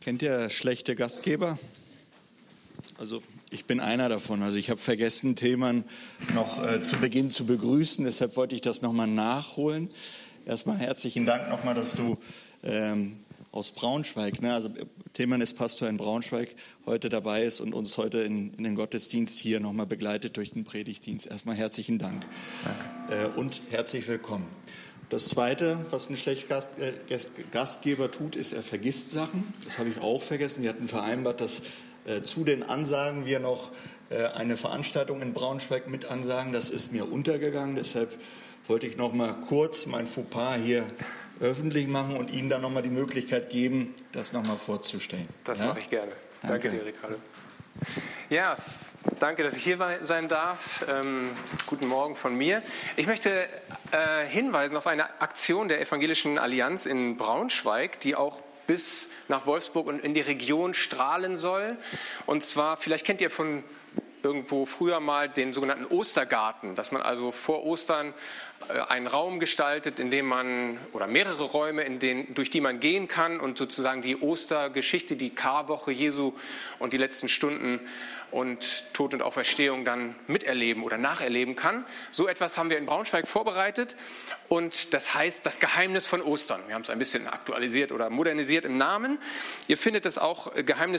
Kennt ihr schlechte Gastgeber? Also ich bin einer davon. Also ich habe vergessen, Tilman noch zu Beginn zu begrüßen. Deshalb wollte ich das nochmal nachholen. Erstmal herzlichen Dank nochmal, dass du aus Braunschweig, ne? Also Tilman ist Pastor in Braunschweig, heute dabei ist und uns heute in den Gottesdienst hier nochmal begleitet durch den Predigtdienst. Erstmal herzlichen Dank. Und herzlich willkommen. Das Zweite, was ein schlechter Gastgeber tut, ist, er vergisst Sachen. Das habe ich auch vergessen. Wir hatten vereinbart, dass zu den Ansagen wir noch eine Veranstaltung in Braunschweig mit ansagen. Das ist mir untergegangen. Deshalb wollte ich noch mal kurz mein Fauxpas hier öffentlich machen und Ihnen dann noch mal die Möglichkeit geben, das noch mal vorzustellen. Das mache ich gerne. Danke dir, Ricardo. Ja, danke, dass ich hier sein darf. Guten Morgen von mir. Ich möchte hinweisen auf eine Aktion der Evangelischen Allianz in Braunschweig, die auch bis nach Wolfsburg und in die Region strahlen soll. Und zwar, vielleicht kennt ihr von irgendwo früher mal den sogenannten Ostergarten, dass man also vor Ostern einen Raum gestaltet, in dem man, oder mehrere Räume, durch die man gehen kann und sozusagen die Ostergeschichte, die Karwoche Jesu und die letzten Stunden und Tod und Auferstehung dann miterleben oder nacherleben kann. So etwas haben wir in Braunschweig vorbereitet und das heißt das Geheimnis von Ostern. Wir haben es ein bisschen aktualisiert oder modernisiert im Namen. Ihr findet es auch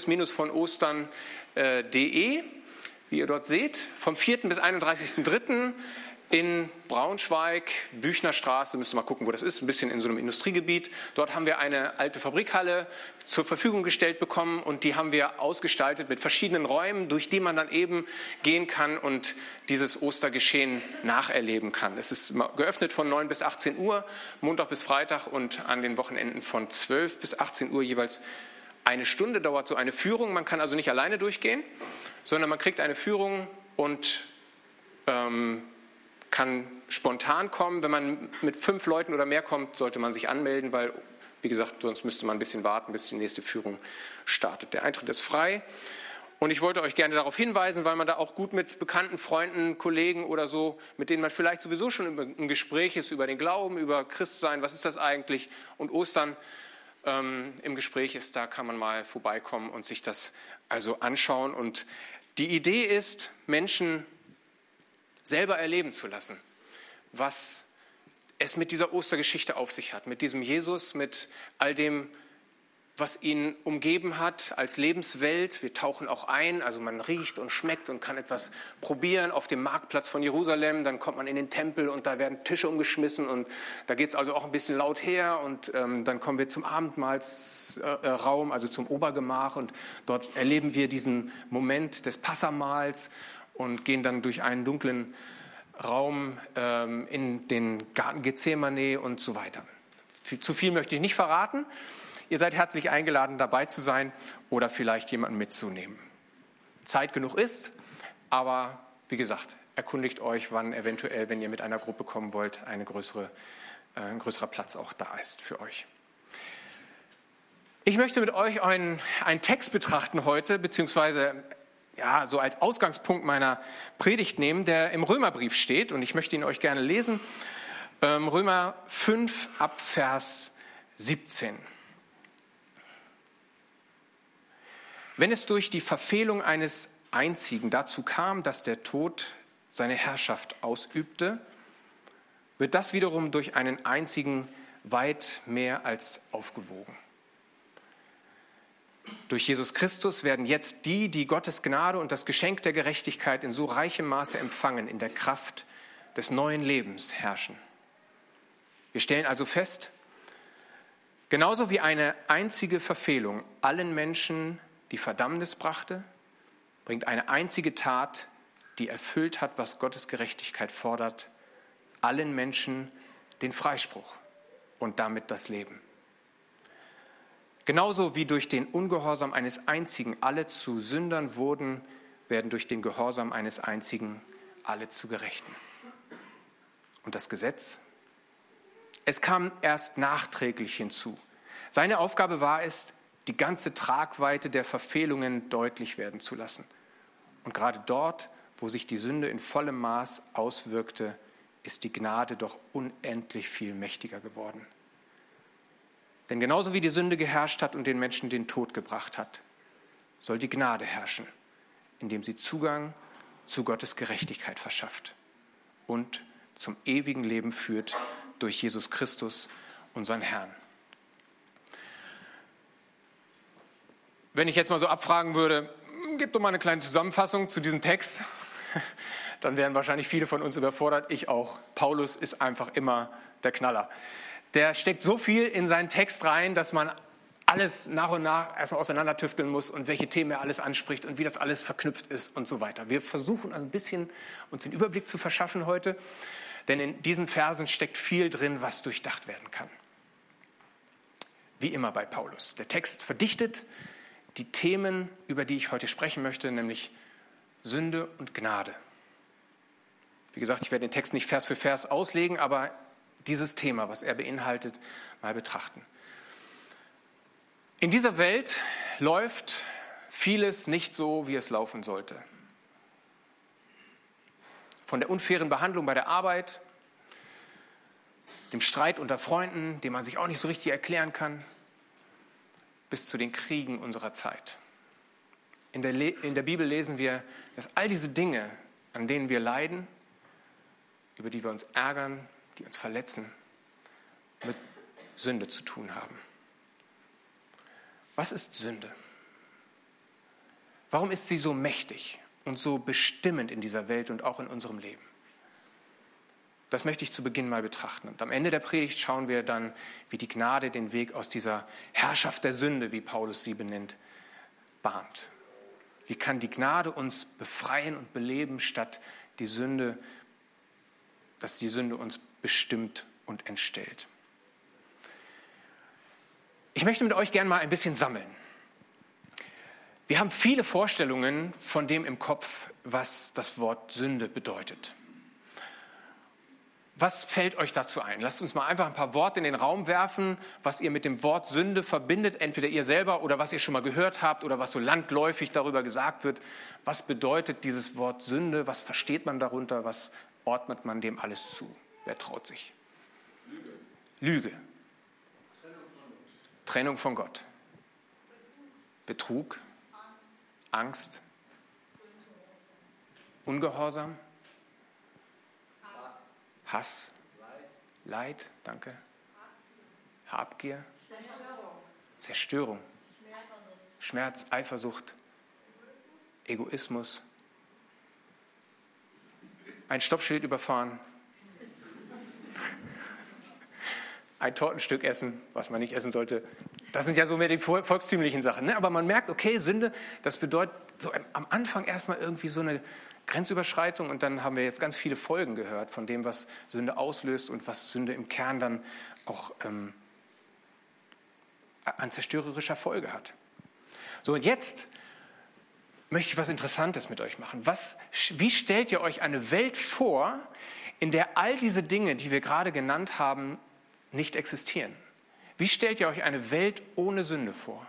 geheimnis-von-ostern.de. Wie ihr dort seht, vom 4. bis 31.03. in Braunschweig, Büchnerstraße, müsst ihr mal gucken, wo das ist, ein bisschen in so einem Industriegebiet. Dort haben wir eine alte Fabrikhalle zur Verfügung gestellt bekommen und die haben wir ausgestaltet mit verschiedenen Räumen, durch die man dann eben gehen kann und dieses Ostergeschehen nacherleben kann. Es ist geöffnet von 9 bis 18 Uhr, Montag bis Freitag und an den Wochenenden von 12 bis 18 Uhr jeweils. Eine Stunde dauert so eine Führung. Man kann also nicht alleine durchgehen, sondern man kriegt eine Führung und kann spontan kommen. Wenn man mit 5 Leuten oder mehr kommt, sollte man sich anmelden, weil, wie gesagt, sonst müsste man ein bisschen warten, bis die nächste Führung startet. Der Eintritt ist frei. Und ich wollte euch gerne darauf hinweisen, weil man da auch gut mit bekannten Freunden, Kollegen oder so, mit denen man vielleicht sowieso schon im Gespräch ist, über den Glauben, über Christsein, was ist das eigentlich, und Ostern im Gespräch ist, da kann man mal vorbeikommen und sich das also anschauen. Und die Idee ist, Menschen selber erleben zu lassen, was es mit dieser Ostergeschichte auf sich hat, mit diesem Jesus, mit all dem, was ihn umgeben hat als Lebenswelt. Wir tauchen auch ein, also man riecht und schmeckt und kann etwas probieren auf dem Marktplatz von Jerusalem. Dann kommt man in den Tempel und da werden Tische umgeschmissen und da geht es also auch ein bisschen laut her. Und dann kommen wir zum Abendmahlsraum, also zum Obergemach, und dort erleben wir diesen Moment des Passamahls und gehen dann durch einen dunklen Raum in den Garten Gethsemane und so weiter. Zu viel möchte ich nicht verraten. Ihr seid herzlich eingeladen, dabei zu sein oder vielleicht jemanden mitzunehmen. Zeit genug ist, aber wie gesagt, erkundigt euch, wann eventuell, wenn ihr mit einer Gruppe kommen wollt, ein größerer Platz auch da ist für euch. Ich möchte mit euch einen Text betrachten heute, beziehungsweise ja, so als Ausgangspunkt meiner Predigt nehmen, der im Römerbrief steht, und ich möchte ihn euch gerne lesen. Römer 5 ab Vers 17. Wenn es durch die Verfehlung eines Einzigen dazu kam, dass der Tod seine Herrschaft ausübte, wird das wiederum durch einen Einzigen weit mehr als aufgewogen. Durch Jesus Christus werden jetzt die Gottes Gnade und das Geschenk der Gerechtigkeit in so reichem Maße empfangen, in der Kraft des neuen Lebens herrschen. Wir stellen also fest, genauso wie eine einzige Verfehlung allen Menschen die Verdammnis brachte, bringt eine einzige Tat, die erfüllt hat, was Gottes Gerechtigkeit fordert, allen Menschen den Freispruch und damit das Leben. Genauso wie durch den Ungehorsam eines Einzigen alle zu Sündern wurden, werden durch den Gehorsam eines Einzigen alle zu Gerechten. Und das Gesetz? Es kam erst nachträglich hinzu. Seine Aufgabe war es, die ganze Tragweite der Verfehlungen deutlich werden zu lassen. Und gerade dort, wo sich die Sünde in vollem Maß auswirkte, ist die Gnade doch unendlich viel mächtiger geworden. Denn genauso wie die Sünde geherrscht hat und den Menschen den Tod gebracht hat, soll die Gnade herrschen, indem sie Zugang zu Gottes Gerechtigkeit verschafft und zum ewigen Leben führt durch Jesus Christus, unseren Herrn. Wenn ich jetzt mal so abfragen würde, gib doch mal eine kleine Zusammenfassung zu diesem Text, dann wären wahrscheinlich viele von uns überfordert, ich auch. Paulus ist einfach immer der Knaller. Der steckt so viel in seinen Text rein, dass man alles nach und nach erstmal auseinandertüfteln muss und welche Themen er alles anspricht und wie das alles verknüpft ist und so weiter. Wir versuchen ein bisschen uns den Überblick zu verschaffen heute, denn in diesen Versen steckt viel drin, was durchdacht werden kann. Wie immer bei Paulus. Der Text verdichtet die Themen, über die ich heute sprechen möchte, nämlich Sünde und Gnade. Wie gesagt, ich werde den Text nicht Vers für Vers auslegen, aber dieses Thema, was er beinhaltet, mal betrachten. In dieser Welt läuft vieles nicht so, wie es laufen sollte. Von der unfairen Behandlung bei der Arbeit, dem Streit unter Freunden, den man sich auch nicht so richtig erklären kann, bis zu den Kriegen unserer Zeit. In der Bibel lesen wir, dass all diese Dinge, an denen wir leiden, über die wir uns ärgern, die uns verletzen, mit Sünde zu tun haben. Was ist Sünde? Warum ist sie so mächtig und so bestimmend in dieser Welt und auch in unserem Leben? Das möchte ich zu Beginn mal betrachten. Und am Ende der Predigt schauen wir dann, wie die Gnade den Weg aus dieser Herrschaft der Sünde, wie Paulus sie benennt, bahnt. Wie kann die Gnade uns befreien und beleben, statt dass die Sünde uns bestimmt und entstellt? Ich möchte mit euch gerne mal ein bisschen sammeln. Wir haben viele Vorstellungen von dem im Kopf, was das Wort Sünde bedeutet. Was fällt euch dazu ein? Lasst uns mal einfach ein paar Worte in den Raum werfen, was ihr mit dem Wort Sünde verbindet, entweder ihr selber oder was ihr schon mal gehört habt oder was so landläufig darüber gesagt wird. Was bedeutet dieses Wort Sünde? Was versteht man darunter? Was ordnet man dem alles zu? Wer traut sich? Lüge. Trennung von Gott. Betrug. Angst. Ungehorsam. Hass. Leid. Danke. Habgier. Zerstörung. Schmerz. Eifersucht. Egoismus. Ein Stoppschild überfahren. Ein Tortenstück essen, was man nicht essen sollte. Das sind ja so mehr die volkstümlichen Sachen. Ne? Aber man merkt, okay, Sünde, das bedeutet so am Anfang erstmal irgendwie so eine Grenzüberschreitung. Und dann haben wir jetzt ganz viele Folgen gehört von dem, was Sünde auslöst und was Sünde im Kern dann auch an zerstörerischer Folge hat. So, und jetzt möchte ich was Interessantes mit euch machen. Wie stellt ihr euch eine Welt vor, in der all diese Dinge, die wir gerade genannt haben, nicht existieren? Wie stellt ihr euch eine Welt ohne Sünde vor?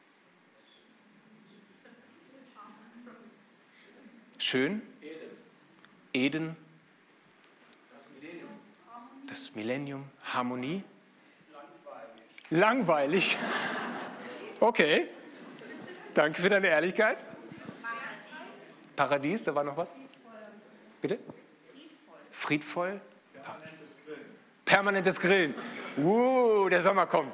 Schön? Eden? Das Millennium? Harmonie? Langweilig. Okay. Danke für deine Ehrlichkeit. Paradies, da war noch was? Bitte? Friedvoll? Permanentes Grillen. Der Sommer kommt.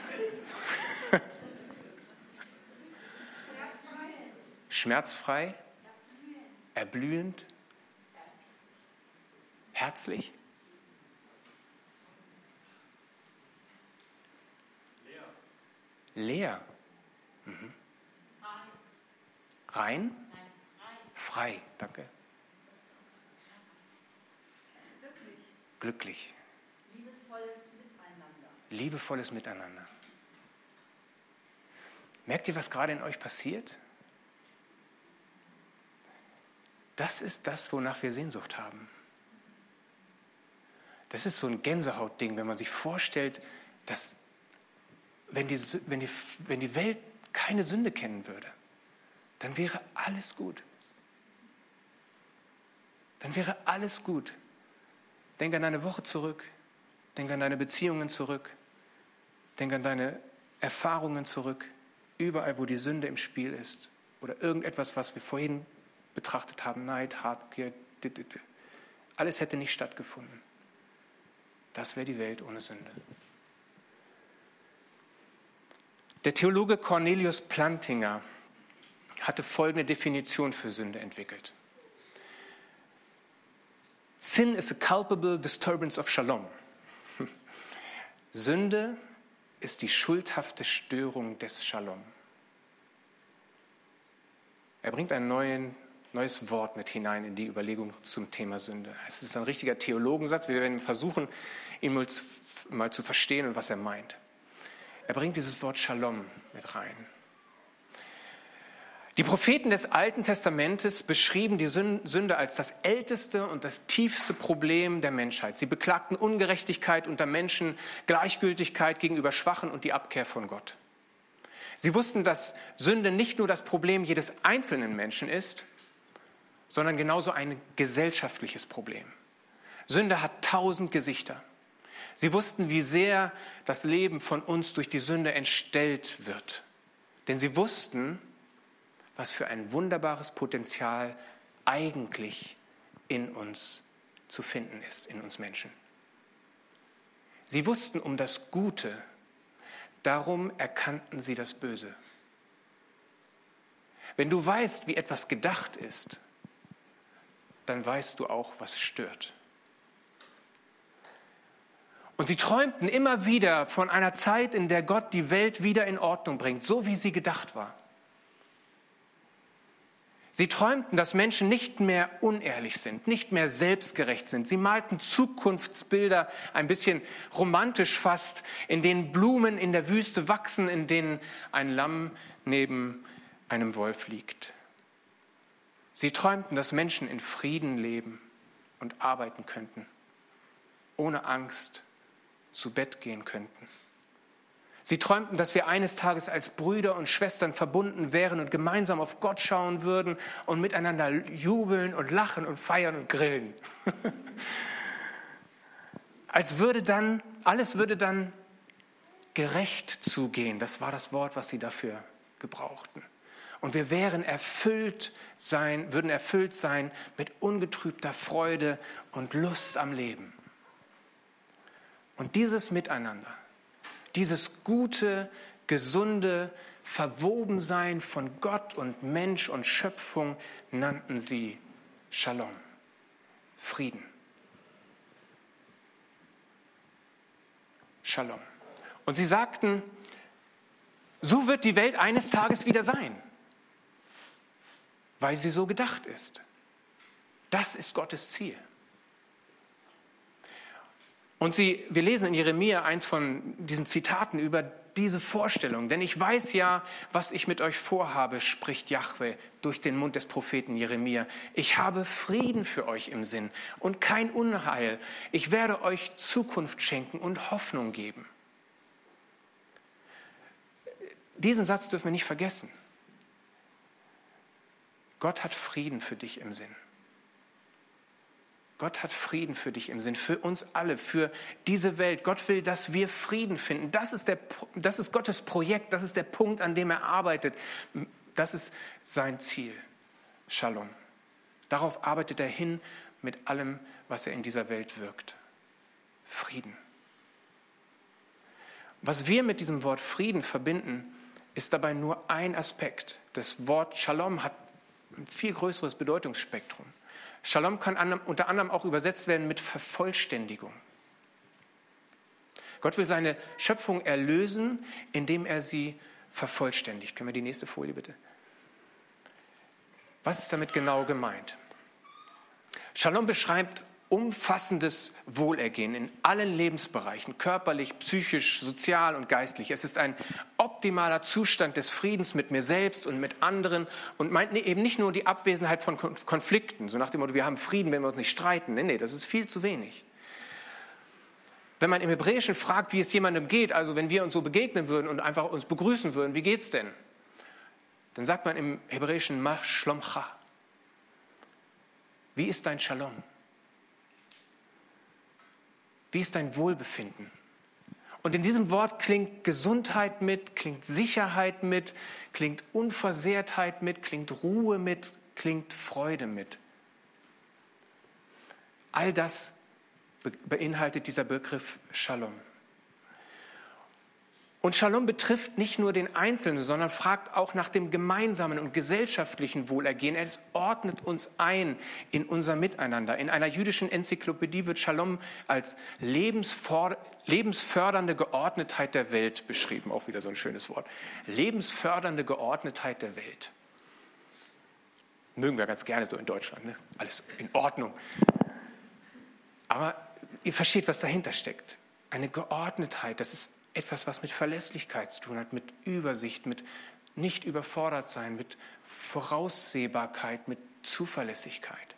Schmerzfrei. Erblühend. Herzlich. Leer. Mhm. Rein. Frei. Danke. Glücklich. Liebevolles Miteinander. Merkt ihr, was gerade in euch passiert? Das ist das, wonach wir Sehnsucht haben. Das ist so ein Gänsehautding, wenn man sich vorstellt, dass wenn die Welt keine Sünde kennen würde, dann wäre alles gut. Dann wäre alles gut. Denk an deine Woche zurück. Denk an deine Beziehungen zurück. Denk an deine Erfahrungen zurück, überall, wo die Sünde im Spiel ist oder irgendetwas, was wir vorhin betrachtet haben, Neid, Habgier, alles hätte nicht stattgefunden. Das wäre die Welt ohne Sünde. Der Theologe Cornelius Plantinga hatte folgende Definition für Sünde entwickelt. Sin is a culpable disturbance of shalom. Sünde ist die schuldhafte Störung des Shalom. Er bringt ein neues Wort mit hinein in die Überlegung zum Thema Sünde. Es ist ein richtiger Theologensatz. Wir werden versuchen, ihn mal zu verstehen und was er meint. Er bringt dieses Wort Shalom mit rein. Die Propheten des Alten Testamentes beschrieben die Sünde als das älteste und das tiefste Problem der Menschheit. Sie beklagten Ungerechtigkeit unter Menschen, Gleichgültigkeit gegenüber Schwachen und die Abkehr von Gott. Sie wussten, dass Sünde nicht nur das Problem jedes einzelnen Menschen ist, sondern genauso ein gesellschaftliches Problem. Sünde hat 1000 Gesichter. Sie wussten, wie sehr das Leben von uns durch die Sünde entstellt wird. Denn sie wussten, was für ein wunderbares Potenzial eigentlich in uns zu finden ist, in uns Menschen. Sie wussten um das Gute, darum erkannten sie das Böse. Wenn du weißt, wie etwas gedacht ist, dann weißt du auch, was stört. Und sie träumten immer wieder von einer Zeit, in der Gott die Welt wieder in Ordnung bringt, so wie sie gedacht war. Sie träumten, dass Menschen nicht mehr unehrlich sind, nicht mehr selbstgerecht sind. Sie malten Zukunftsbilder, ein bisschen romantisch fast, in denen Blumen in der Wüste wachsen, in denen ein Lamm neben einem Wolf liegt. Sie träumten, dass Menschen in Frieden leben und arbeiten könnten, ohne Angst zu Bett gehen könnten. Sie träumten, dass wir eines Tages als Brüder und Schwestern verbunden wären und gemeinsam auf Gott schauen würden und miteinander jubeln und lachen und feiern und grillen. Alles würde dann gerecht zugehen. Das war das Wort, was sie dafür gebrauchten. Und wir würden erfüllt sein mit ungetrübter Freude und Lust am Leben. Und dieses Miteinander, dieses gute, gesunde Verwobensein von Gott und Mensch und Schöpfung nannten sie Shalom, Frieden. Shalom. Und sie sagten, so wird die Welt eines Tages wieder sein, weil sie so gedacht ist. Das ist Gottes Ziel. Und wir lesen in Jeremia eins von diesen Zitaten über diese Vorstellung. Denn ich weiß ja, was ich mit euch vorhabe, spricht Jahwe durch den Mund des Propheten Jeremia. Ich habe Frieden für euch im Sinn und kein Unheil. Ich werde euch Zukunft schenken und Hoffnung geben. Diesen Satz dürfen wir nicht vergessen. Gott hat Frieden für dich im Sinn. Gott hat Frieden für dich im Sinn, für uns alle, für diese Welt. Gott will, dass wir Frieden finden. Das ist Gottes Projekt, das ist der Punkt, an dem er arbeitet. Das ist sein Ziel. Shalom. Darauf arbeitet er hin mit allem, was er in dieser Welt wirkt. Frieden. Was wir mit diesem Wort Frieden verbinden, ist dabei nur ein Aspekt. Das Wort Shalom hat ein viel größeres Bedeutungsspektrum. Shalom kann unter anderem auch übersetzt werden mit Vervollständigung. Gott will seine Schöpfung erlösen, indem er sie vervollständigt. Können wir die nächste Folie bitte? Was ist damit genau gemeint? Shalom beschreibt umfassendes Wohlergehen in allen Lebensbereichen, körperlich, psychisch, sozial und geistlich. Es ist ein optimaler Zustand des Friedens mit mir selbst und mit anderen und meint eben nicht nur die Abwesenheit von Konflikten, so nach dem Motto, wir haben Frieden, wenn wir uns nicht streiten. Nee, das ist viel zu wenig. Wenn man im Hebräischen fragt, wie es jemandem geht, also wenn wir uns so begegnen würden und einfach uns begrüßen würden, wie geht's denn? Dann sagt man im Hebräischen Ma Shlomcha. Wie ist dein Shalom? Wie ist dein Wohlbefinden? Und in diesem Wort klingt Gesundheit mit, klingt Sicherheit mit, klingt Unversehrtheit mit, klingt Ruhe mit, klingt Freude mit. All das beinhaltet dieser Begriff Shalom. Und Shalom betrifft nicht nur den Einzelnen, sondern fragt auch nach dem gemeinsamen und gesellschaftlichen Wohlergehen. Es ordnet uns ein in unser Miteinander. In einer jüdischen Enzyklopädie wird Shalom als lebensfördernde Geordnetheit der Welt beschrieben. Auch wieder so ein schönes Wort. Lebensfördernde Geordnetheit der Welt. Mögen wir ganz gerne so in Deutschland, ne? Alles in Ordnung. Aber ihr versteht, was dahinter steckt. Eine Geordnetheit, das ist etwas, was mit Verlässlichkeit zu tun hat, mit Übersicht, mit nicht überfordert sein, mit Voraussehbarkeit, mit Zuverlässigkeit.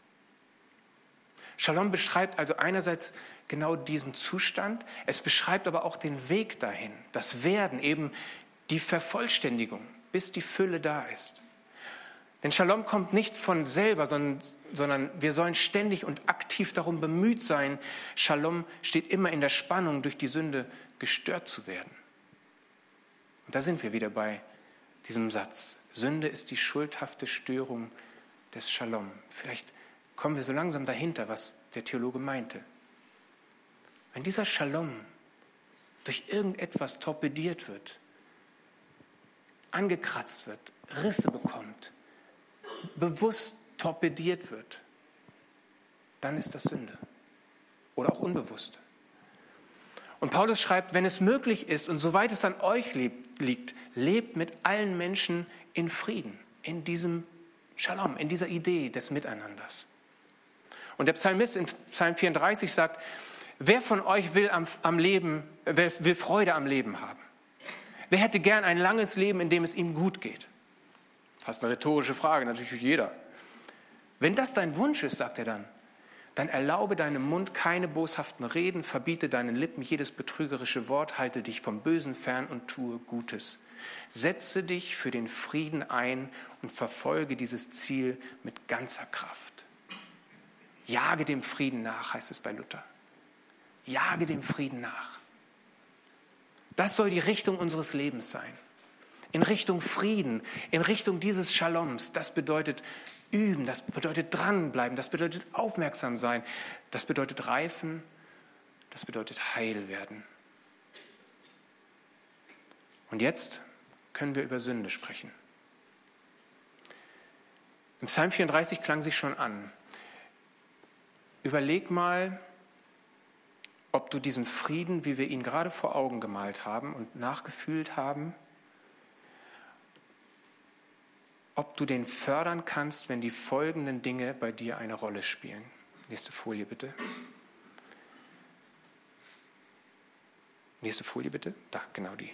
Shalom beschreibt also einerseits genau diesen Zustand, es beschreibt aber auch den Weg dahin, das Werden, eben die Vervollständigung, bis die Fülle da ist. Denn Shalom kommt nicht von selber, sondern wir sollen ständig und aktiv darum bemüht sein. Shalom steht immer in der Spannung, durch die Sünde gestört zu werden. Und da sind wir wieder bei diesem Satz. Sünde ist die schuldhafte Störung des Shalom. Vielleicht kommen wir so langsam dahinter, was der Theologe meinte. Wenn dieser Shalom durch irgendetwas torpediert wird, angekratzt wird, Risse bekommt, bewusst torpediert wird, dann ist das Sünde. Oder auch unbewusst. Und Paulus schreibt, wenn es möglich ist und soweit es an euch liegt, lebt mit allen Menschen in Frieden, in diesem Shalom, in dieser Idee des Miteinanders. Und der Psalmist in Psalm 34 sagt, wer von euch will Freude am Leben haben? Wer hätte gern ein langes Leben, in dem es ihm gut geht? Fast eine rhetorische Frage, natürlich jeder. Wenn das dein Wunsch ist, sagt er dann erlaube deinem Mund keine boshaften Reden, verbiete deinen Lippen jedes betrügerische Wort, halte dich vom Bösen fern und tue Gutes. Setze dich für den Frieden ein und verfolge dieses Ziel mit ganzer Kraft. Jage dem Frieden nach, heißt es bei Luther. Jage dem Frieden nach. Das soll die Richtung unseres Lebens sein. In Richtung Frieden, in Richtung dieses Shaloms. Das bedeutet üben, das bedeutet dranbleiben, das bedeutet aufmerksam sein, das bedeutet reifen, das bedeutet heil werden. Und jetzt können wir über Sünde sprechen. Im Psalm 34 klang sie schon an. Überleg mal, ob du diesen Frieden, wie wir ihn gerade vor Augen gemalt haben und nachgefühlt haben, ob du den fördern kannst, wenn die folgenden Dinge bei dir eine Rolle spielen. Nächste Folie bitte. Nächste Folie bitte. Da, genau die.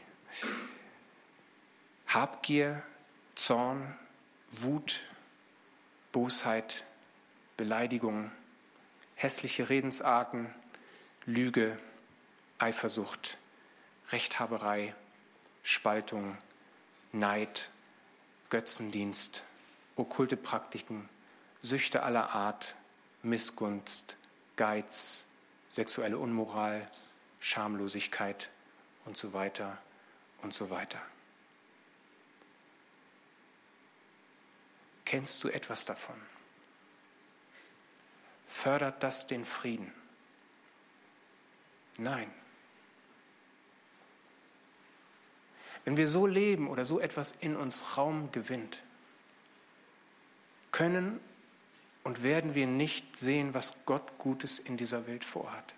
Habgier, Zorn, Wut, Bosheit, Beleidigung, hässliche Redensarten, Lüge, Eifersucht, Rechthaberei, Spaltung, Neid, Götzendienst, okkulte Praktiken, Süchte aller Art, Missgunst, Geiz, sexuelle Unmoral, Schamlosigkeit und so weiter und so weiter. Kennst du etwas davon? Fördert das den Frieden? Nein. Wenn wir so leben oder so etwas in uns Raum gewinnt, können und werden wir nicht sehen, was Gott Gutes in dieser Welt vorhat.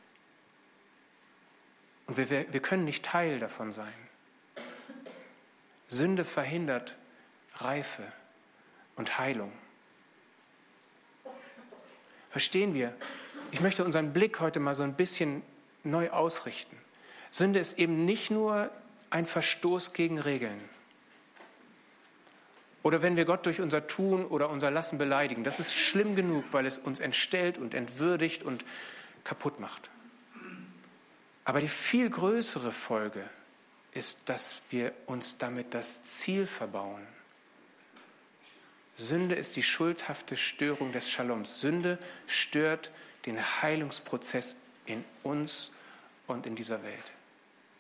Und wir können nicht Teil davon sein. Sünde verhindert Reife und Heilung. Verstehen wir? Ich möchte unseren Blick heute mal so ein bisschen neu ausrichten. Sünde ist eben nicht nur ein Verstoß gegen Regeln. Oder wenn wir Gott durch unser Tun oder unser Lassen beleidigen. Das ist schlimm genug, weil es uns entstellt und entwürdigt und kaputt macht. Aber die viel größere Folge ist, dass wir uns damit das Ziel verbauen. Sünde ist die schuldhafte Störung des Shaloms. Sünde stört den Heilungsprozess in uns und in dieser Welt.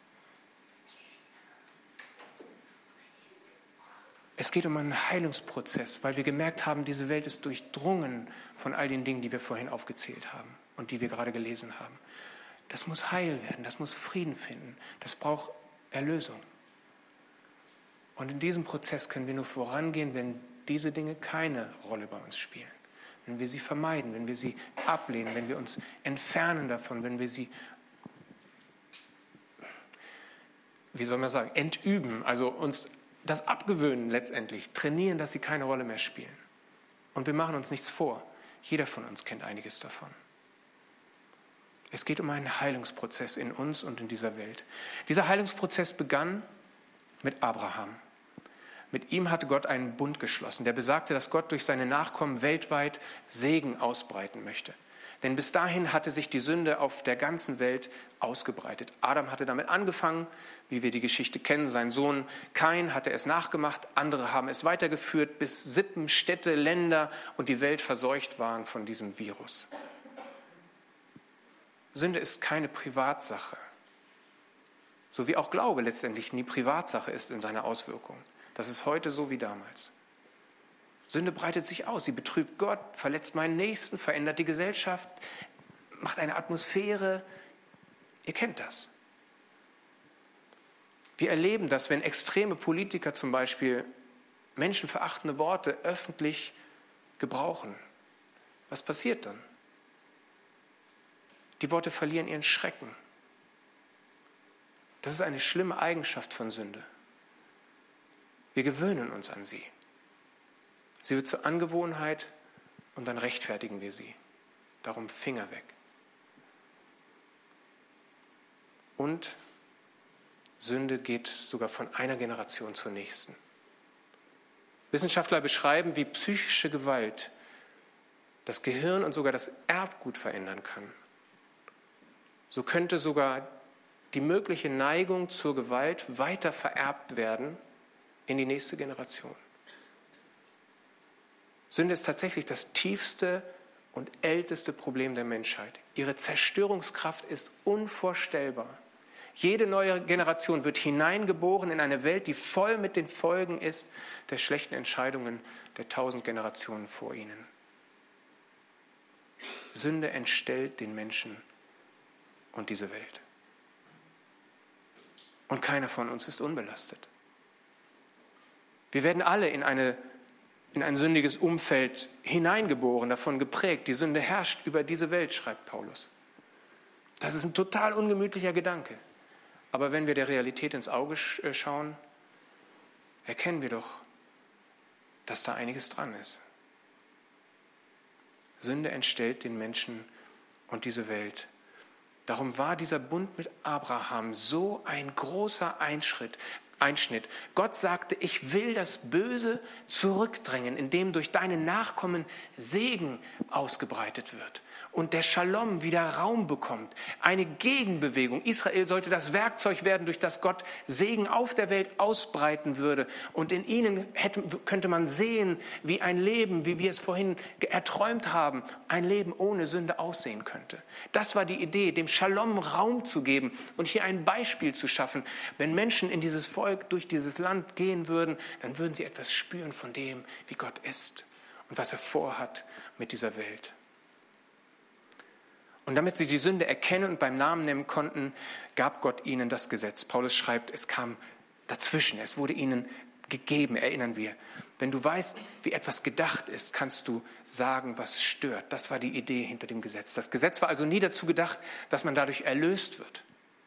Es geht um einen Heilungsprozess, weil wir gemerkt haben, diese Welt ist durchdrungen von all den Dingen, die wir vorhin aufgezählt haben und die wir gerade gelesen haben. Das muss heil werden, das muss Frieden finden, das braucht Erlösung. Und in diesem Prozess können wir nur vorangehen, wenn diese Dinge keine Rolle bei uns spielen. Wenn wir sie vermeiden, wenn wir sie ablehnen, wenn wir uns entfernen davon, wenn wir sie, entüben, also uns das abgewöhnen letztendlich, trainieren, dass sie keine Rolle mehr spielen. Und wir machen uns nichts vor. Jeder von uns kennt einiges davon. Es geht um einen Heilungsprozess in uns und in dieser Welt. Dieser Heilungsprozess begann mit Abraham. Mit ihm hatte Gott einen Bund geschlossen, der besagte, dass Gott durch seine Nachkommen weltweit Segen ausbreiten möchte. Denn bis dahin hatte sich die Sünde auf der ganzen Welt ausgebreitet. Adam hatte damit angefangen, wie wir die Geschichte kennen. Sein Sohn Kain hatte es nachgemacht. Andere haben es weitergeführt, bis Sippen, Städte, Länder und die Welt verseucht waren von diesem Virus. Sünde ist keine Privatsache. So wie auch Glaube letztendlich nie Privatsache ist in seiner Auswirkung. Das ist heute so wie damals. Sünde breitet sich aus, sie betrübt Gott, verletzt meinen Nächsten, verändert die Gesellschaft, macht eine Atmosphäre. Ihr kennt das. Wir erleben das, wenn extreme Politiker zum Beispiel menschenverachtende Worte öffentlich gebrauchen. Was passiert dann? Die Worte verlieren ihren Schrecken. Das ist eine schlimme Eigenschaft von Sünde. Wir gewöhnen uns an sie. Sie wird zur Angewohnheit und dann rechtfertigen wir sie. Darum Finger weg. Und Sünde geht sogar von einer Generation zur nächsten. Wissenschaftler beschreiben, wie psychische Gewalt das Gehirn und sogar das Erbgut verändern kann. So könnte sogar die mögliche Neigung zur Gewalt weiter vererbt werden in die nächste Generation. Sünde ist tatsächlich das tiefste und älteste Problem der Menschheit. Ihre Zerstörungskraft ist unvorstellbar. Jede neue Generation wird hineingeboren in eine Welt, die voll mit den Folgen ist der schlechten Entscheidungen der 1000 Generationen vor ihnen. Sünde entstellt den Menschen und diese Welt. Und keiner von uns ist unbelastet. Wir werden alle in ein sündiges Umfeld hineingeboren, davon geprägt. Die Sünde herrscht über diese Welt, schreibt Paulus. Das ist ein total ungemütlicher Gedanke. Aber wenn wir der Realität ins Auge schauen, erkennen wir doch, dass da einiges dran ist. Sünde entstellt den Menschen und diese Welt. Darum war dieser Bund mit Abraham so ein großer Einschnitt. Gott sagte, ich will das Böse zurückdrängen, indem durch deine Nachkommen Segen ausgebreitet wird und der Shalom wieder Raum bekommt. Eine Gegenbewegung. Israel sollte das Werkzeug werden, durch das Gott Segen auf der Welt ausbreiten würde. Und in ihnen könnte man sehen, wie ein Leben, wie wir es vorhin erträumt haben, ein Leben ohne Sünde aussehen könnte. Das war die Idee, dem Shalom Raum zu geben und hier ein Beispiel zu schaffen. Wenn Menschen in dieses Volk durch dieses Land gehen würden, dann würden sie etwas spüren von dem, wie Gott ist und was er vorhat mit dieser Welt. Und damit sie die Sünde erkennen und beim Namen nennen konnten, gab Gott ihnen das Gesetz. Paulus schreibt, es kam dazwischen, es wurde ihnen gegeben, erinnern wir. Wenn du weißt, wie etwas gedacht ist, kannst du sagen, was stört. Das war die Idee hinter dem Gesetz. Das Gesetz war also nie dazu gedacht, dass man dadurch erlöst wird.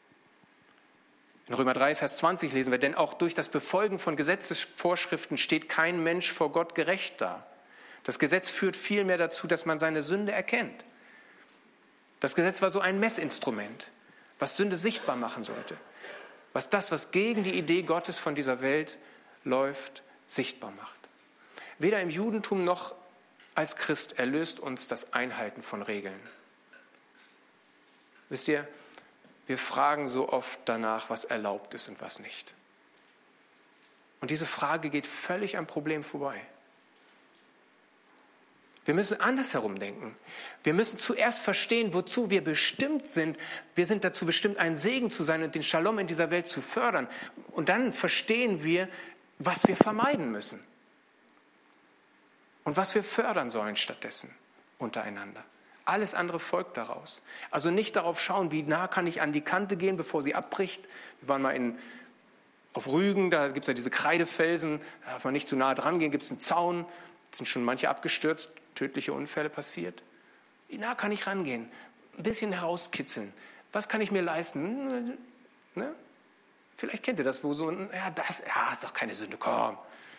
In Römer 3, Vers 20 lesen wir, denn auch durch das Befolgen von Gesetzesvorschriften steht kein Mensch vor Gott gerecht da. Das Gesetz führt vielmehr dazu, dass man seine Sünde erkennt. Das Gesetz war so ein Messinstrument, was Sünde sichtbar machen sollte. Was gegen die Idee Gottes von dieser Welt läuft, sichtbar macht. Weder im Judentum noch als Christ erlöst uns das Einhalten von Regeln. Wisst ihr, wir fragen so oft danach, was erlaubt ist und was nicht. Und diese Frage geht völlig am Problem vorbei. Wir müssen andersherum denken. Wir müssen zuerst verstehen, wozu wir bestimmt sind. Wir sind dazu bestimmt, ein Segen zu sein und den Shalom in dieser Welt zu fördern. Und dann verstehen wir, was wir vermeiden müssen und was wir fördern sollen stattdessen untereinander. Alles andere folgt daraus. Also nicht darauf schauen, wie nah kann ich an die Kante gehen, bevor sie abbricht. Wir waren mal auf Rügen, da gibt es ja diese Kreidefelsen, da darf man nicht zu nahe dran gehen, gibt es einen Zaun, da sind schon manche abgestürzt, tödliche Unfälle passiert. Wie nah kann ich rangehen? Ein bisschen herauskitzeln. Was kann ich mir leisten? Ne? Vielleicht kennt ihr das, wo so ist doch keine Sünde, komm.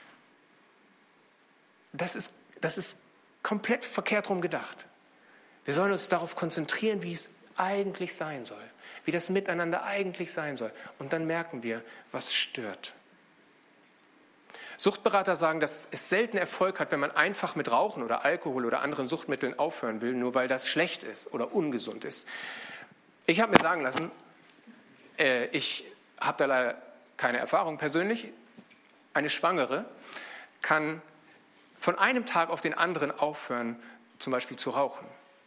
Das ist komplett verkehrt rum gedacht. Wir sollen uns darauf konzentrieren, wie es eigentlich sein soll, wie das Miteinander eigentlich sein soll. Und dann merken wir, was stört. Suchtberater sagen, dass es selten Erfolg hat, wenn man einfach mit Rauchen oder Alkohol oder anderen Suchtmitteln aufhören will, nur weil das schlecht ist oder ungesund ist. Ich habe mir sagen lassen, ich habe da leider keine Erfahrung persönlich, eine Schwangere kann von einem Tag auf den anderen aufhören, zum Beispiel zu rauchen.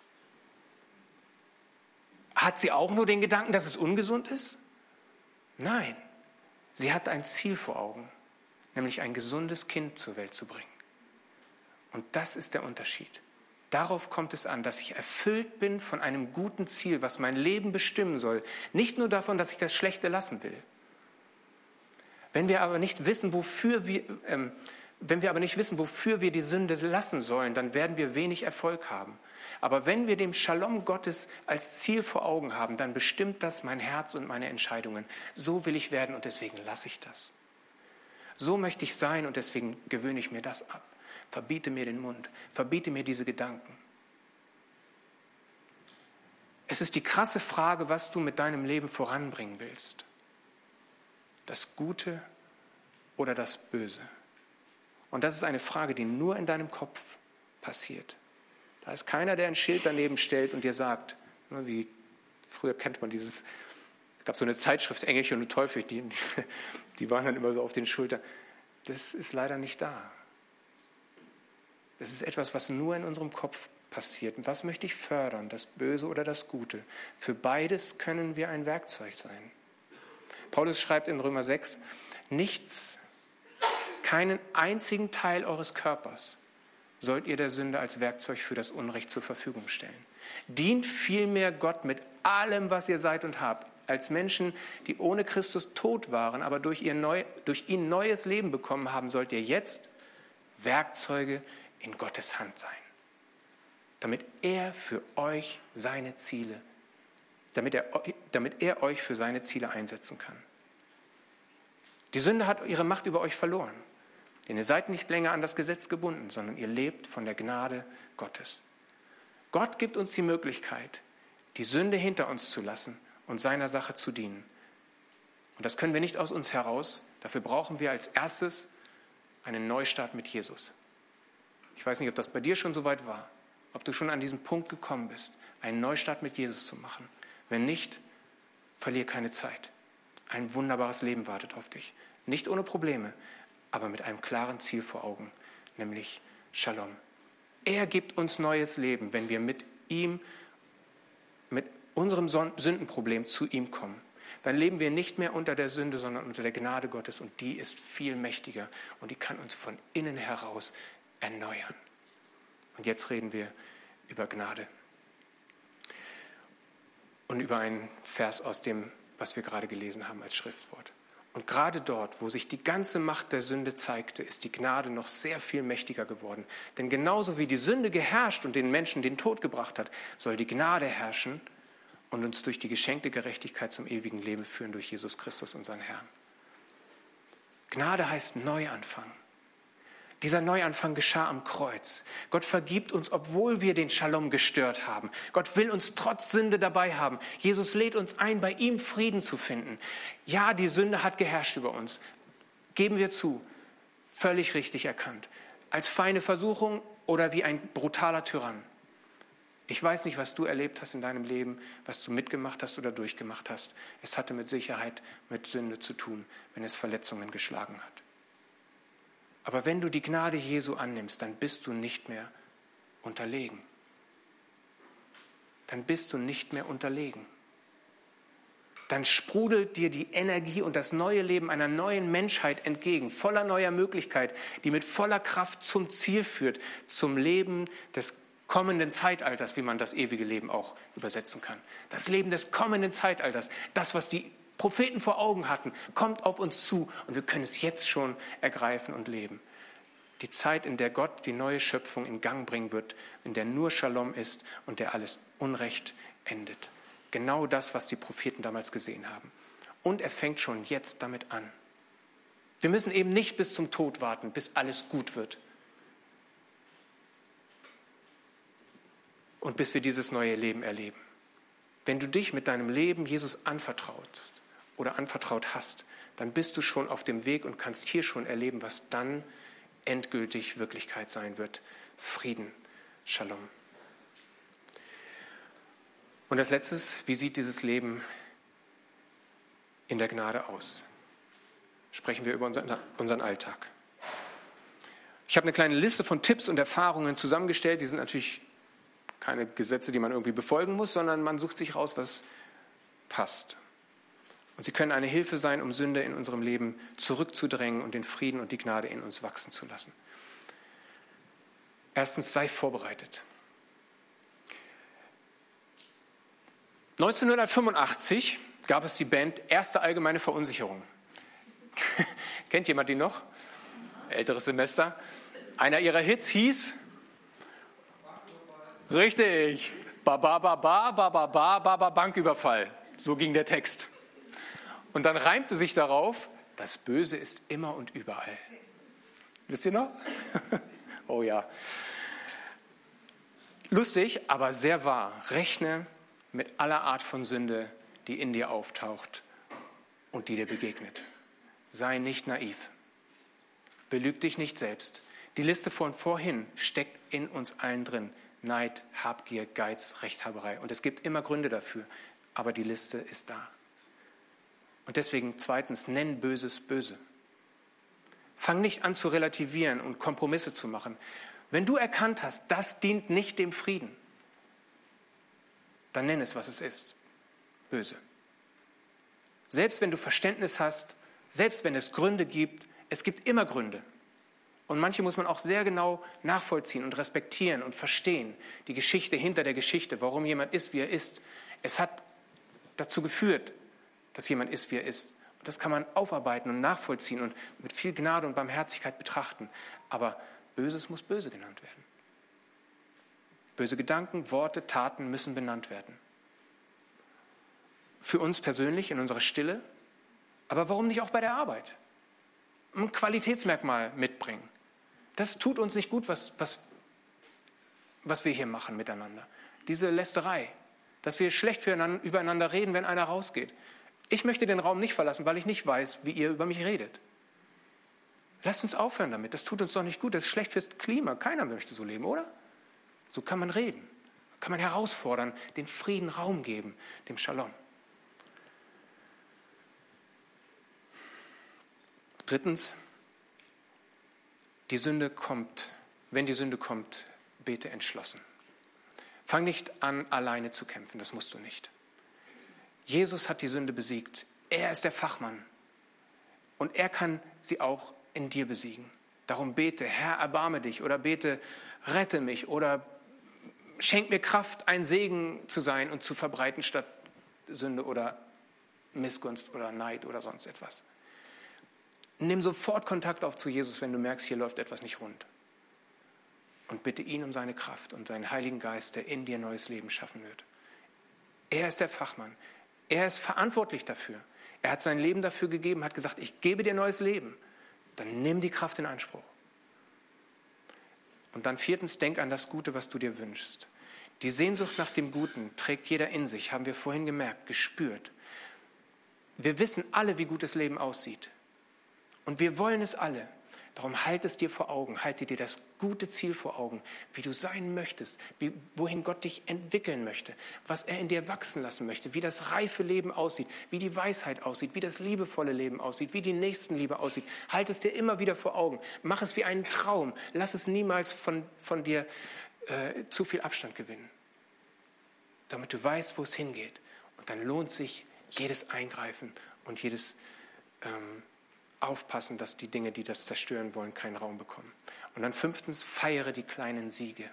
Hat sie auch nur den Gedanken, dass es ungesund ist? Nein, sie hat ein Ziel vor Augen, nämlich ein gesundes Kind zur Welt zu bringen. Und das ist der Unterschied. Darauf kommt es an, dass ich erfüllt bin von einem guten Ziel, was mein Leben bestimmen soll. Nicht nur davon, dass ich das Schlechte lassen will. Wenn wir aber nicht wissen, wofür wir die Sünde lassen sollen, dann werden wir wenig Erfolg haben. Aber wenn wir den Shalom Gottes als Ziel vor Augen haben, dann bestimmt das mein Herz und meine Entscheidungen. So will ich werden und deswegen lasse ich das. So möchte ich sein und deswegen gewöhne ich mir das ab. Verbiete mir den Mund, verbiete mir diese Gedanken. Es ist die krasse Frage, was du mit deinem Leben voranbringen willst. Das Gute oder das Böse? Und das ist eine Frage, die nur in deinem Kopf passiert. Da ist keiner, der ein Schild daneben stellt und dir sagt, wie früher kennt man es gab so eine Zeitschrift, Engelchen und Teufel, die waren dann immer so auf den Schultern. Das ist leider nicht da. Das ist etwas, was nur in unserem Kopf passiert. Und was möchte ich fördern, das Böse oder das Gute? Für beides können wir ein Werkzeug sein. Paulus schreibt in Römer 6, keinen einzigen Teil eures Körpers sollt ihr der Sünde als Werkzeug für das Unrecht zur Verfügung stellen. Dient vielmehr Gott mit allem, was ihr seid und habt, als Menschen, die ohne Christus tot waren, aber durch ihn neues Leben bekommen haben, sollt ihr jetzt Werkzeuge in Gottes Hand sein, damit er euch für seine Ziele einsetzen kann. Die Sünde hat ihre Macht über euch verloren, denn ihr seid nicht länger an das Gesetz gebunden, sondern ihr lebt von der Gnade Gottes. Gott gibt uns die Möglichkeit, die Sünde hinter uns zu lassen und seiner Sache zu dienen. Und das können wir nicht aus uns heraus. Dafür brauchen wir als erstes einen Neustart mit Jesus. Ich weiß nicht, ob das bei dir schon so weit war, ob du schon an diesen Punkt gekommen bist, einen Neustart mit Jesus zu machen. Wenn nicht, verlier keine Zeit. Ein wunderbares Leben wartet auf dich. Nicht ohne Probleme, aber mit einem klaren Ziel vor Augen, nämlich Shalom. Er gibt uns neues Leben, wenn wir mit unserem Sündenproblem zu ihm kommen. Dann leben wir nicht mehr unter der Sünde, sondern unter der Gnade Gottes und die ist viel mächtiger und die kann uns von innen heraus erneuern. Und jetzt reden wir über Gnade und über einen Vers aus dem, was wir gerade gelesen haben als Schriftwort. Und gerade dort, wo sich die ganze Macht der Sünde zeigte, ist die Gnade noch sehr viel mächtiger geworden. Denn genauso wie die Sünde geherrscht und den Menschen den Tod gebracht hat, soll die Gnade herrschen und uns durch die geschenkte Gerechtigkeit zum ewigen Leben führen durch Jesus Christus, unseren Herrn. Gnade heißt Neuanfang. Dieser Neuanfang geschah am Kreuz. Gott vergibt uns, obwohl wir den Shalom gestört haben. Gott will uns trotz Sünde dabei haben. Jesus lädt uns ein, bei ihm Frieden zu finden. Ja, die Sünde hat geherrscht über uns. Geben wir zu. Völlig richtig erkannt. Als feine Versuchung oder wie ein brutaler Tyrann. Ich weiß nicht, was du erlebt hast in deinem Leben, was du mitgemacht hast oder durchgemacht hast. Es hatte mit Sicherheit mit Sünde zu tun, wenn es Verletzungen geschlagen hat. Aber wenn du die Gnade Jesu annimmst, dann bist du nicht mehr unterlegen. Dann bist du nicht mehr unterlegen. dann sprudelt dir die Energie und das neue Leben einer neuen Menschheit entgegen, voller neuer Möglichkeit, die mit voller Kraft zum Ziel führt, zum Leben des kommenden Zeitalters, wie man das ewige Leben auch übersetzen kann. Das Leben des kommenden Zeitalters, das, was die Propheten vor Augen hatten, kommt auf uns zu und wir können es jetzt schon ergreifen und leben. Die Zeit, in der Gott die neue Schöpfung in Gang bringen wird, in der nur Shalom ist und der alles Unrecht endet. Genau das, was die Propheten damals gesehen haben. Und er fängt schon jetzt damit an. Wir müssen eben nicht bis zum Tod warten, bis alles gut wird. Und bis wir dieses neue Leben erleben. Wenn du dich mit deinem Leben Jesus anvertraust oder anvertraut hast, dann bist du schon auf dem Weg und kannst hier schon erleben, was dann endgültig Wirklichkeit sein wird. Frieden, Shalom. Und als letztes, wie sieht dieses Leben in der Gnade aus? Sprechen wir über unseren Alltag. Ich habe eine kleine Liste von Tipps und Erfahrungen zusammengestellt. Die sind natürlich keine Gesetze, die man irgendwie befolgen muss, sondern man sucht sich raus, was passt. Und sie können eine Hilfe sein, um Sünde in unserem Leben zurückzudrängen und den Frieden und die Gnade in uns wachsen zu lassen. Erstens, sei vorbereitet. 1985 gab es die Band Erste Allgemeine Verunsicherung. Kennt jemand die noch? Älteres Semester. Einer ihrer Hits hieß? Richtig. Ba ba ba ba ba ba ba ba ba Banküberfall. So ging der Text. Und dann reimte sich darauf, das Böse ist immer und überall. Wisst ihr noch? Oh ja. Lustig, aber sehr wahr. Rechne mit aller Art von Sünde, die in dir auftaucht und die dir begegnet. Sei nicht naiv. Belüg dich nicht selbst. Die Liste von vorhin steckt in uns allen drin. Neid, Habgier, Geiz, Rechthaberei. Und es gibt immer Gründe dafür. Aber die Liste ist da. Und deswegen zweitens, nenn Böses böse. Fang nicht an zu relativieren und Kompromisse zu machen. Wenn du erkannt hast, das dient nicht dem Frieden, dann nenn es, was es ist. Böse. Selbst wenn du Verständnis hast, selbst wenn es Gründe gibt, es gibt immer Gründe. Und manche muss man auch sehr genau nachvollziehen und respektieren und verstehen. Die Geschichte hinter der Geschichte, warum jemand ist, wie er ist. Es hat dazu geführt, dass jemand ist, wie er ist. Und das kann man aufarbeiten und nachvollziehen und mit viel Gnade und Barmherzigkeit betrachten. Aber Böses muss böse genannt werden. Böse Gedanken, Worte, Taten müssen benannt werden. Für uns persönlich in unserer Stille, aber warum nicht auch bei der Arbeit? Ein Qualitätsmerkmal mitbringen. Das tut uns nicht gut, was wir hier machen miteinander. Diese Lästerei, dass wir schlecht übereinander reden, wenn einer rausgeht. Ich möchte den Raum nicht verlassen, weil ich nicht weiß, wie ihr über mich redet. Lasst uns aufhören damit, das tut uns doch nicht gut, das ist schlecht fürs Klima. Keiner möchte so leben, oder? So kann man reden, kann man herausfordern, den Frieden Raum geben, dem Shalom. Drittens, wenn die Sünde kommt, bete entschlossen. Fang nicht an, alleine zu kämpfen, das musst du nicht. Jesus hat die Sünde besiegt, er ist der Fachmann und er kann sie auch in dir besiegen. Darum bete, Herr, erbarme dich oder bete, rette mich oder schenk mir Kraft, ein Segen zu sein und zu verbreiten statt Sünde oder Missgunst oder Neid oder sonst etwas. Nimm sofort Kontakt auf zu Jesus, wenn du merkst, hier läuft etwas nicht rund. Und bitte ihn um seine Kraft und seinen Heiligen Geist, der in dir neues Leben schaffen wird. Er ist der Fachmann. Er ist verantwortlich dafür. Er hat sein Leben dafür gegeben, hat gesagt, ich gebe dir neues Leben. Dann nimm die Kraft in Anspruch. Und dann viertens, denk an das Gute, was du dir wünschst. Die Sehnsucht nach dem Guten trägt jeder in sich, haben wir vorhin gemerkt, gespürt. Wir wissen alle, wie gutes Leben aussieht. Und wir wollen es alle. Darum halt es dir vor Augen, halte dir das gute Ziel vor Augen, wie du sein möchtest, wohin Gott dich entwickeln möchte, was er in dir wachsen lassen möchte, wie das reife Leben aussieht, wie die Weisheit aussieht, wie das liebevolle Leben aussieht, wie die Nächstenliebe aussieht. Halt es dir immer wieder vor Augen. Mach es wie einen Traum. Lass es niemals von dir zu viel Abstand gewinnen, damit du weißt, wo es hingeht. Und dann lohnt sich jedes Eingreifen und jedes Aufpassen, dass die Dinge, die das zerstören wollen, keinen Raum bekommen. Und dann 5. feiere die kleinen Siege.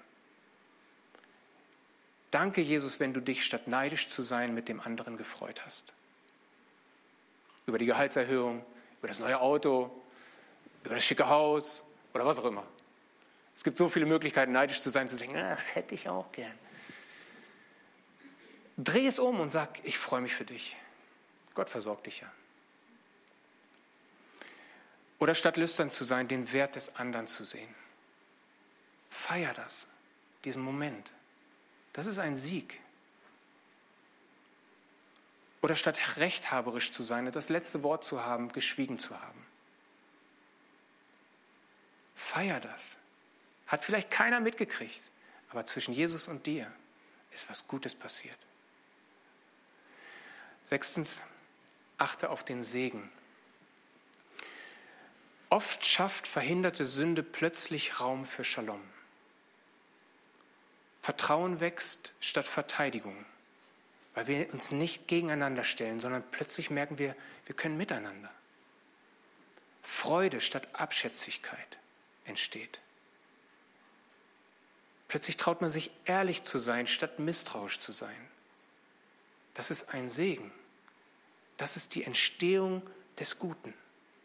Danke, Jesus, wenn du dich, statt neidisch zu sein, mit dem anderen gefreut hast. Über die Gehaltserhöhung, über das neue Auto, über das schicke Haus oder was auch immer. Es gibt so viele Möglichkeiten, neidisch zu sein, zu denken, das hätte ich auch gern. Dreh es um und sag, ich freue mich für dich. Gott versorgt dich ja. Oder statt lüstern zu sein, den Wert des anderen zu sehen. Feier das, diesen Moment. Das ist ein Sieg. Oder statt rechthaberisch zu sein und das letzte Wort zu haben, geschwiegen zu haben. Feier das. Hat vielleicht keiner mitgekriegt, aber zwischen Jesus und dir ist was Gutes passiert. 6. achte auf den Segen. Oft schafft verhinderte Sünde plötzlich Raum für Shalom. Vertrauen wächst statt Verteidigung, weil wir uns nicht gegeneinander stellen, sondern plötzlich merken wir, wir können miteinander. Freude statt Abschätzigkeit entsteht. Plötzlich traut man sich, ehrlich zu sein, statt misstrauisch zu sein. Das ist ein Segen. Das ist die Entstehung des Guten.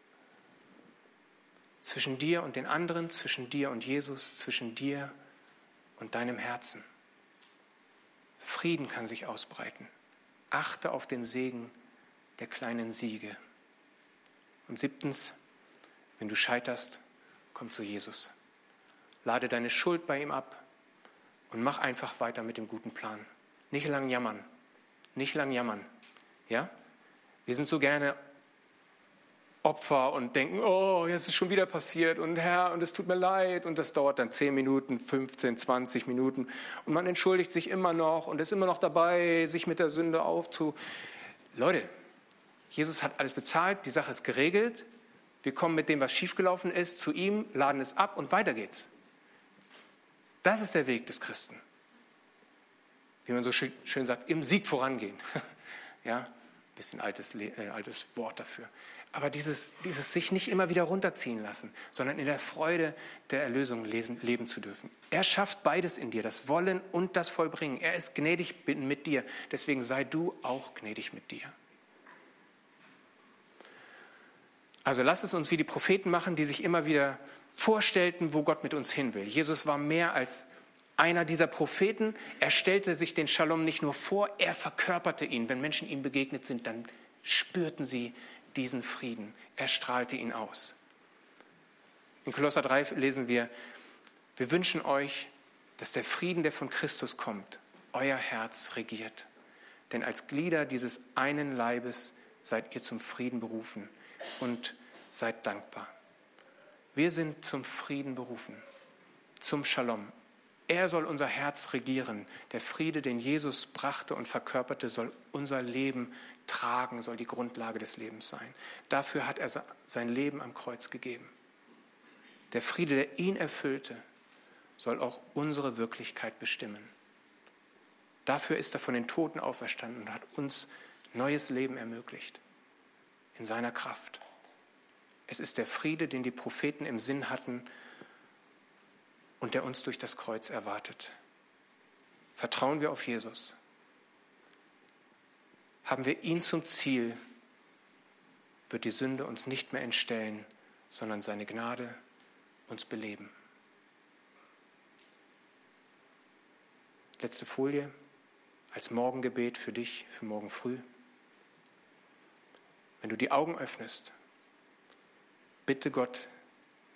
Zwischen dir und den anderen, zwischen dir und Jesus, zwischen dir und deinem Herzen. Frieden kann sich ausbreiten. Achte auf den Segen der kleinen Siege. Und 7. wenn du scheiterst, komm zu Jesus. Lade deine Schuld bei ihm ab und mach einfach weiter mit dem guten Plan. Nicht lang jammern. Nicht lang jammern. Ja? Wir sind so gerne Opfer und denken, oh, jetzt ist schon wieder passiert und Herr, und es tut mir leid. Und das dauert dann 10 Minuten, 15, 20 Minuten. Und man entschuldigt sich immer noch und ist immer noch dabei, sich mit der Sünde Leute, Jesus hat alles bezahlt, die Sache ist geregelt. Wir kommen mit dem, was schiefgelaufen ist, zu ihm, laden es ab und weiter geht's. Das ist der Weg des Christen. Wie man so schön sagt, im Sieg vorangehen. Ja, ein bisschen altes Wort dafür. Aber dieses sich nicht immer wieder runterziehen lassen, sondern in der Freude der Erlösung leben zu dürfen. Er schafft beides in dir, das Wollen und das Vollbringen. Er ist gnädig mit dir, deswegen sei du auch gnädig mit dir. Also lass es uns wie die Propheten machen, die sich immer wieder vorstellten, wo Gott mit uns hin will. Jesus war mehr als einer dieser Propheten. Er stellte sich den Shalom nicht nur vor, er verkörperte ihn. Wenn Menschen ihm begegnet sind, dann spürten sie diesen Frieden. Er strahlte ihn aus. In Kolosser 3 lesen wir wünschen euch, dass der Frieden, der von Christus kommt, euer Herz regiert. Denn als Glieder dieses einen Leibes seid ihr zum Frieden berufen und seid dankbar. Wir sind zum Frieden berufen, zum Shalom. Er soll unser Herz regieren. Der Friede, den Jesus brachte und verkörperte, soll unser Leben tragen, soll die Grundlage des Lebens sein. Dafür hat er sein Leben am Kreuz gegeben. Der Friede, der ihn erfüllte, soll auch unsere Wirklichkeit bestimmen. Dafür ist er von den Toten auferstanden und hat uns neues Leben ermöglicht. In seiner Kraft. Es ist der Friede, den die Propheten im Sinn hatten und der uns durch das Kreuz erwartet. Vertrauen wir auf Jesus. Haben wir ihn zum Ziel, wird die Sünde uns nicht mehr entstellen, sondern seine Gnade uns beleben. Letzte Folie als Morgengebet für dich, für morgen früh. Wenn du die Augen öffnest, bitte Gott,